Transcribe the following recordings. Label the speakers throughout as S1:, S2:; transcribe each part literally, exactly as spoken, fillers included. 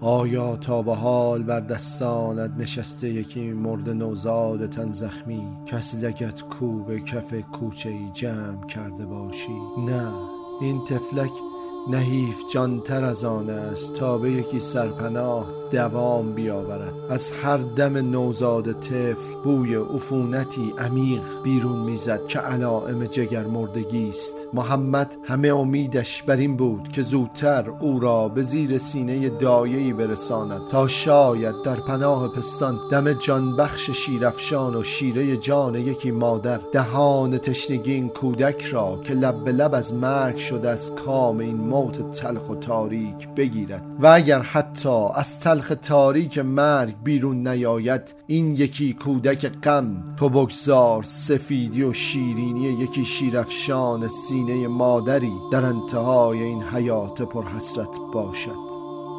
S1: آیا تا به حال بر دستانت نشسته یکی مرد نوزاد تن زخمی، کس لگت کو به کف کوچه ای جمع کرده باشی؟ نه، این طفلک نحیف جانتر از آن است تا به یکی سرپناه دوام بیاورد. از هر دم نوزاد طفل بوی عفونتی عمیق بیرون میزد که علائم جگر مردگی است. محمد همه امیدش بر این بود که زودتر او را به زیر سینه دایه‌ای برساند تا شاید در پناه پستان دم جانبخش شیرافشان و شیره جان یکی مادر دهان تشنگی این کودک را که لب به لب از مرگ شده از کام این موت تلخ و تاریک بگیرد. و اگر حتی از تلخ تاریک مرگ بیرون نیاید، این یکی کودک غم تو بگذار سفیدی و شیرینی یکی شیرافشان سینه مادری در انتهای این حیات پرحسرت باشد.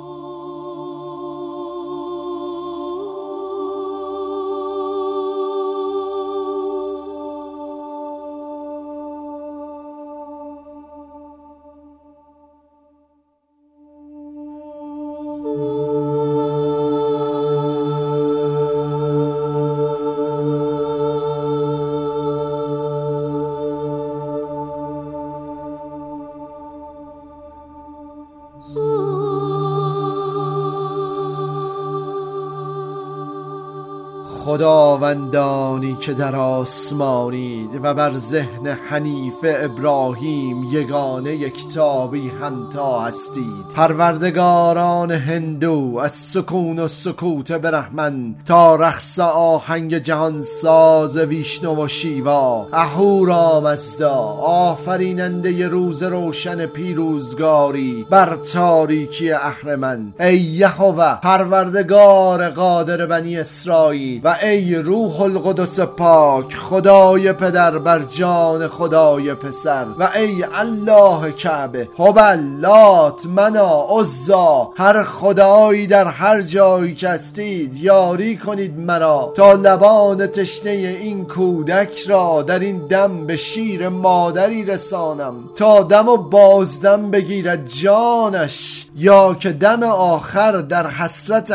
S1: خداوندانی که در آسمانید و بر ذهن حنیف ابراهیم یگانه یکتابی همتا هستید، پروردگاران هندو از سکون و سکوت برهمن تا رقص آهنگ جهانساز ویشنو و شیوا، اهورا مزدا آفریننده روز روشن پیروزگاری بر تاریکی اهرمن، ای یهوه پروردگار قادر بنی اسرائیل و ای روح القدس پاک خدای پدر بر جان خدای پسر، و ای الله کعبه هبل لات منا عزا، هر خدایی در هر جایی که هستید یاری کنید مرا تا لبان تشنه این کودک را در این دم به شیر مادری رسانم تا دم و بازدم بگیرد جانش، یا که دم آخر در حسرت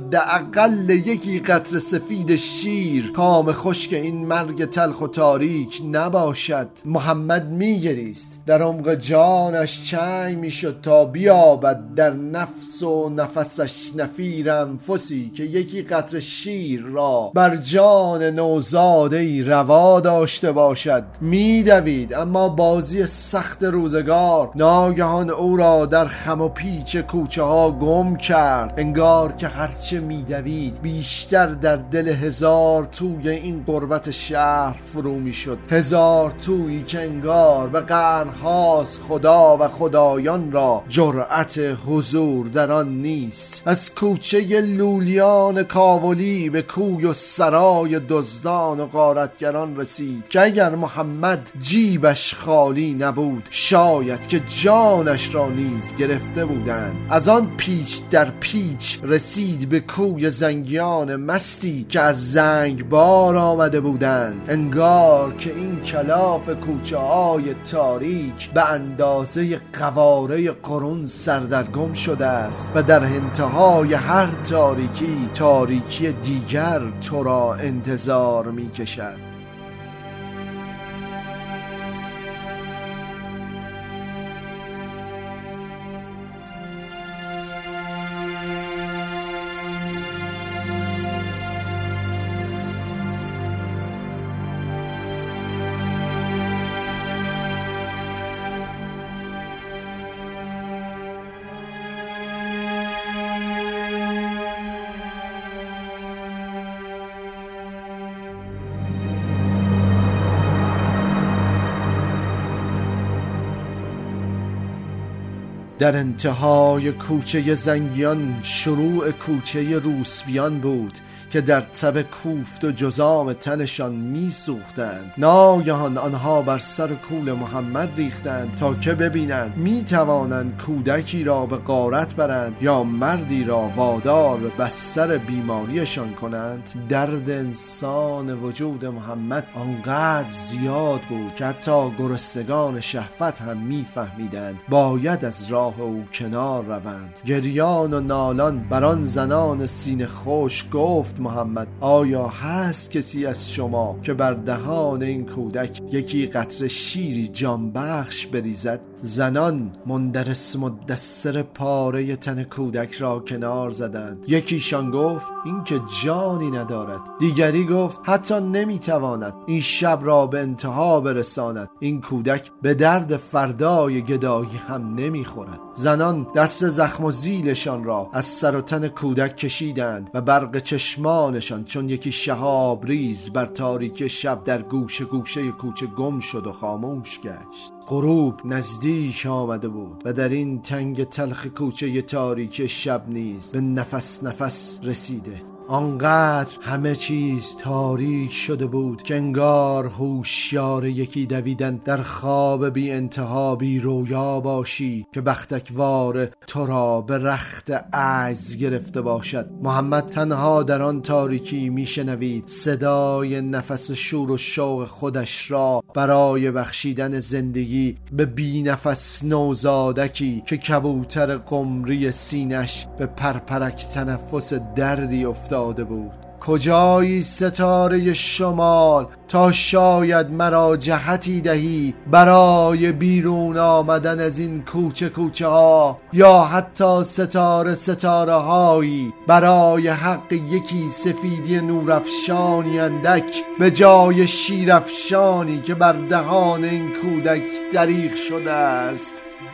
S1: حداقل یکی قطره سفید شیر کام خشک این مرگ تلخ و تاریک نباشد. محمد میگریست، در عمق جانش چنگ میشد تا بیابد در نفس و نفسش نفیر انفسی که یکی قطره شیر را بر جان نوزاده‌ای روا داشته باشد. میدوید، اما بازی سخت روزگار ناگهان او را در خم و پیچ کوچه ها گم کرد. انگار که هرچه میدوید بیشتر در دل هزار توی این غربت شهر فرو می شد، هزار تویی که انگار به قرنهاست خدا و خدایان را جرأت حضور در آن نیست. از کوچه لولیان کاولی به کوی و سرای دزدان و غارتگران رسید که اگر محمد جیبش خالی نبود شاید که جانش را نیز گرفته بودند. از آن پیچ در پیچ رسید به کوی زنگیان مستی که از زنگ بار آمده بودند. انگار که این کلاف کوچه های تاریک به اندازه قواره قرون سردرگم شده است و در انتهای هر تاریکی تاریکی دیگر تو را انتظار می کشد. در انتهای کوچه زنگیان شروع کوچه روسبیان بود که در تب کوفت و جزام تنشان می سوختند. ناگهان آنها بر سر کول محمد ریختند تا که ببینند می توانند کودکی را به غارت برند یا مردی را وادار به بستر بیماریشان کنند. درد انسان وجود محمد آنقدر زیاد بود که حتی گرسنگان شهوت هم میفهمیدند باید از راه او کنار روند. گریان و نالان بر آن زنان سینه خوش گفت محمد: آیا هست کسی از شما که بر دهان این کودک یکی قطره شیری جانبخش بریزد؟ زنان مندرس مدثر پاره تن کودک را کنار زدند. یکیشان گفت: این که جانی ندارد. دیگری گفت: حتی نمیتواند این شب را به انتها برساند. این کودک به درد فردای گدایی هم نمیخورد. زنان دست زخم و زیلشان را از سر و تن کودک کشیدند و برق چشمانشان چون یکی شهاب ریز بر تاریکی شب در گوشه گوشه کوچه گم شد و خاموش گشت. غروب نزدیک آمده بود و در این تنگ تلخ کوچه تاریک شب نیز به نفس نفس رسیده. آنقدر همه چیز تاریک شده بود که انگار هوشیار یکی دویدن در خواب بی انتها بی رویا باشی که بختکوار تو را به رخت عجز گرفته باشد. محمد تنها در آن تاریکی میشنوید صدای نفس شور و شوق خودش را برای بخشیدن زندگی به بی نفس نوزادکی که کبوتر قمری سینش به پرپرک تنفس دردی افتاد بود. کجایی ستاره شمال تا شاید مرا جهتی دهی برای بیرون آمدن از این کوچه کوچه ها، یا حتی ستاره ستاره هایی برای حق یکی سفیدی نورافشانی اندک به جای شیرافشانی که بر دهان این کودک دریغ شده است.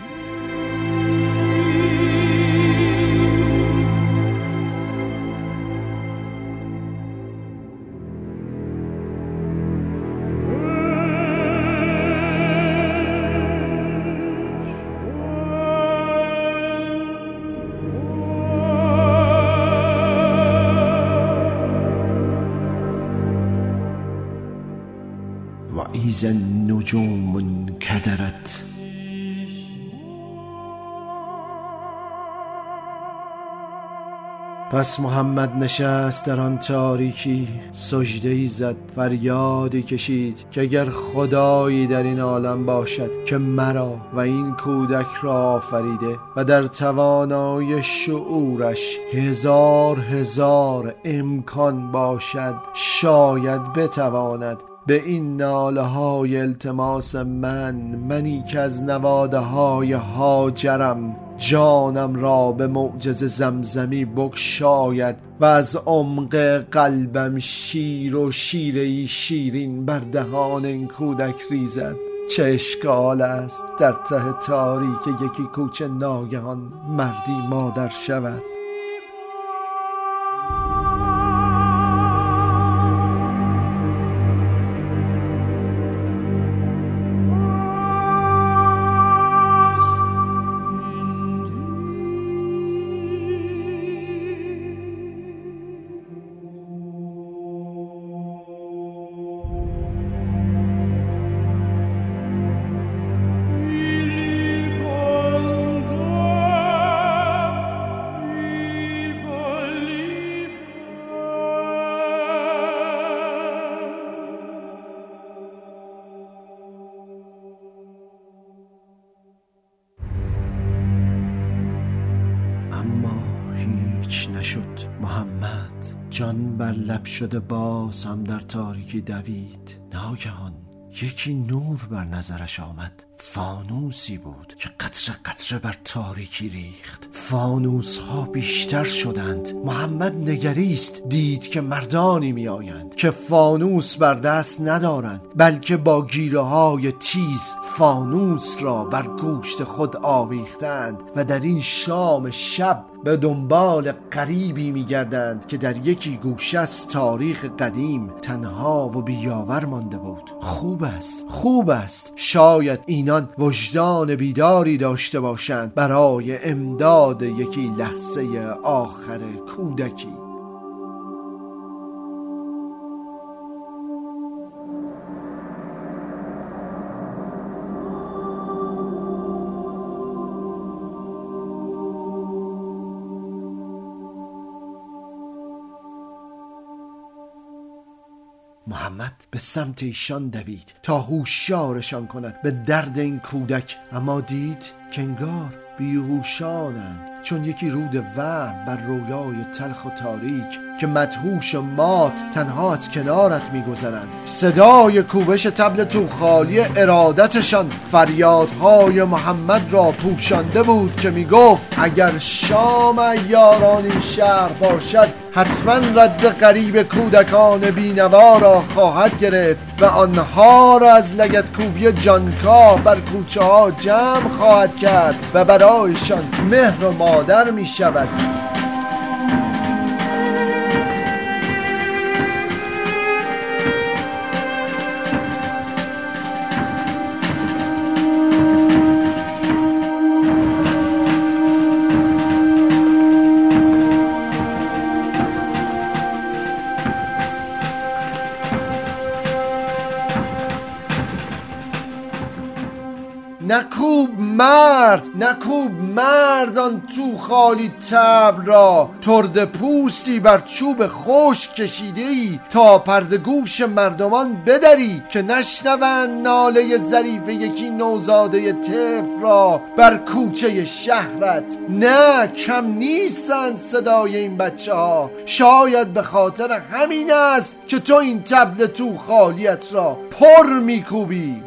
S1: وإذا النجوم انكدرت. پس محمد نشست در آن تاریکی، سجده‌ای زد، فریادی کشید که اگر خدایی در این عالم باشد که مرا و این کودک را آفریده و در توانای شعورش هزار هزار امکان باشد، شاید بتواند به این ناله های التماس من، منی که از نواده های هاجرم جانم را به معجزه زمزمی بگشاید و از عمق قلبم شیر و شیره‌ای شیرین بر دهان این کودک ریزد. چه اشکال است در ته تاریک یکی کوچه ناگهان مردی مادر شود؟ اما هیچ نشد. محمد جان بر لب شده باز هم در تاریکی دوید. ناگهان یکی نور بر نظرش آمد. فانوسی بود که قطره قطره بر تاریکی ریخت. فانوس ها بیشتر شدند. محمد نگریست، دید که مردانی می آیند که فانوس بر دست ندارند، بلکه با گیره های تیز فانوس را بر گوشت خود آویختند و در این شام شب به دنبال غریبی می گردند که در یکی گوشه از تاریخ قدیم تنها و بیاور مانده بود. خوب است، خوب است. شاید اینان وجدان بیداری داشته باشند برای امداد یکی لحظه آخر کودکی. محمد به سمت ایشان دوید تا هوشیارشان کند به درد این کودک، اما دید که انگار بیهوشانند، چون یکی رود وهم بر رویای تلخ و تاریک که مدهوش و مات تنها از کنارت میگذرند. صدای کوبش طبل توخالی ارادتشان فریادهای محمد را پوشانده بود که میگفت اگر شام یاران این شهر باشد حتما رد غریب کودکان بینوا را خواهد گرفت و آنها را از لگد کوبی جانکاه بر کوچه ها جمع خواهد کرد و برایشان مهر و مادر می شود. نکوب مرد، نکوب مرد آن تو خالی طبل را، ترد پوستی بر چوب خشک کشیده‌ای تا پرده گوش مردمان بدری که نشنوند ناله ظریف یکی نوزاده طفل را بر کوچه شهرت. نه کم نیستند صدای این بچه ها، شاید به خاطر همین است که تو این طبل تو خالیت را پر میکوبی.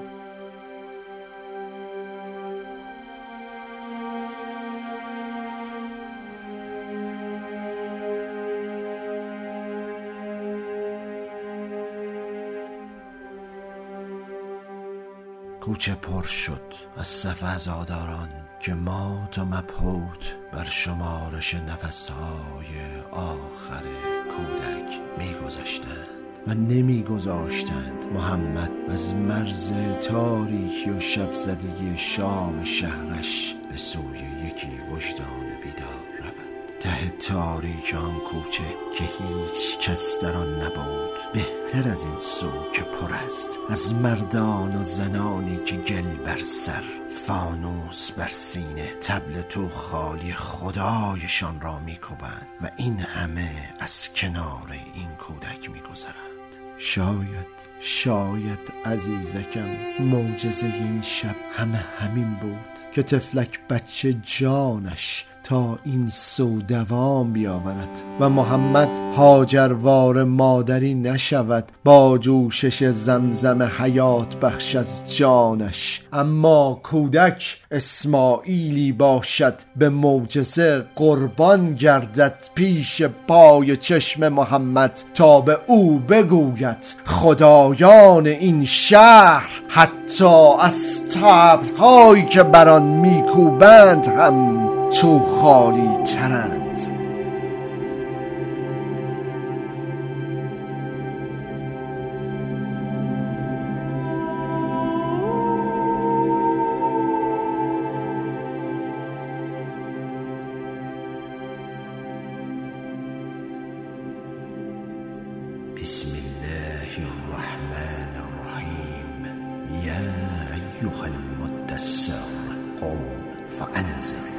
S1: کوچه پر شد از صف عزاداران که مات و مبهوت بر شمارش نفسهای آخر کودک می‌گذشتند و نمی‌گذاشتند محمد از مرز تاریکی و شب زدگی شام شهرش به سوی یکی وجدان بیدار رود. ته تاریک آن کوچه که هیچ کس در آن نبود بهتر از این سو که پر است از مردان و زنانی که گل بر سر، فانوس بر سینه، طبل تو خالی خدایشان را میکوبند و این همه از کنار این کودک میگذرند. شاید شاید عزیزکم معجزه این شب همه همین بود که طفلک بچه جانش تا این سو دوام بیاورد و محمد هاجروار مادری نشود با جوشش زمزم حیات بخش از جانش، اما کودک اسماعیلی باشد به معجزه قربان گردد پیش پای چشم محمد تا به او بگوید خدایان این شهر حتی از طبل‌هایی که بر آن میکوبند هم تو خالی ترند. بسم الله الرحمن الرحیم. یا ایها المدثر قم فانذر.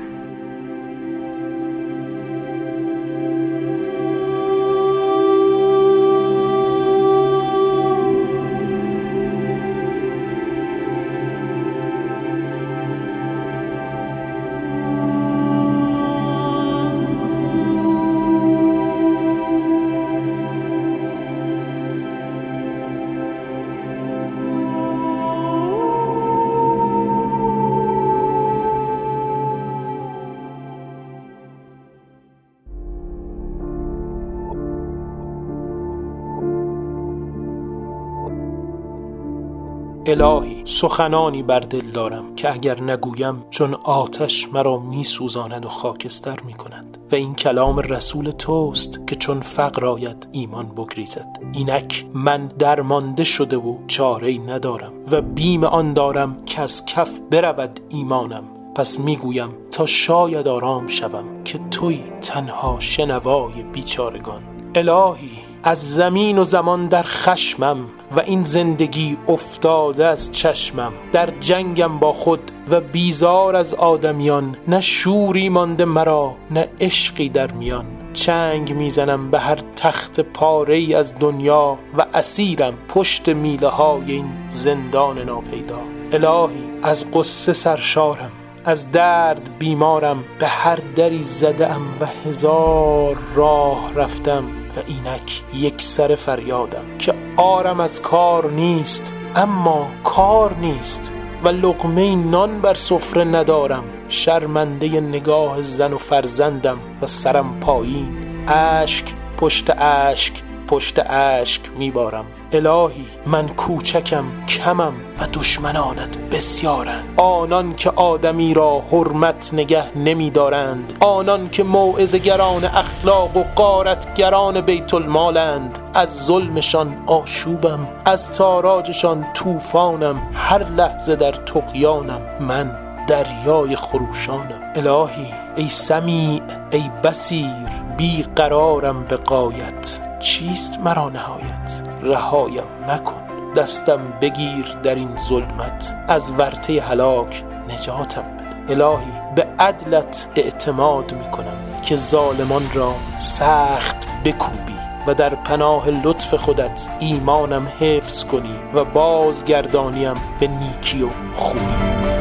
S2: الهی سخنانی بر دل دارم که اگر نگویم چون آتش مرا می سوزاند و خاکستر می کند و این کلام رسول توست که چون فقر آید ایمان بگریزد. اینک من درمانده شده و چاره‌ای ندارم و بیم آن دارم که از کف برود ایمانم. پس میگویم تا شاید آرام شوم که توی تنها شنوای بیچارگان. الهی از زمین و زمان در خشمم و این زندگی افتاده از چشمم، در جنگم با خود و بیزار از آدمیان، نه شوری مانده مرا نه عشقی در میان. چنگ میزنم به هر تخت پاره‌ای از دنیا و اسیرم پشت میله های این زندان ناپیدا. الهی از قصه سرشارم، از درد بیمارم، به هر دری زدم و هزار راه رفتم و اینک یک سر فریادم که آرم از کار نیست، اما کار نیست و لقمه نان بر سفره ندارم. شرمنده نگاه زن و فرزندم و سرم پایین، اشک پشت اشک پشت اشک میبارم. الهی من کوچکم، کمم و دشمنانت بسیارند. آنان که آدمی را حرمت نگه نمیدارند، آنان که موعظه گران اخلاق و غارتگران بیت المالند. از ظلمشان آشوبم، از تاراجشان طوفانم، هر لحظه در طغیانم، من دریای خروشانم. الهی ای سمیع ای بصیر، بی قرارم به غایت، چیست مرا نهایت؟ رهایم مکن، دستم بگیر در این ظلمت، از ورطه هلاک نجاتم بده. الهی به عدلت اعتماد میکنم که ظالمان را سخت بکوبی و در پناه لطف خودت ایمانم حفظ کنی و بازگردانیم به نیکی و خوبی.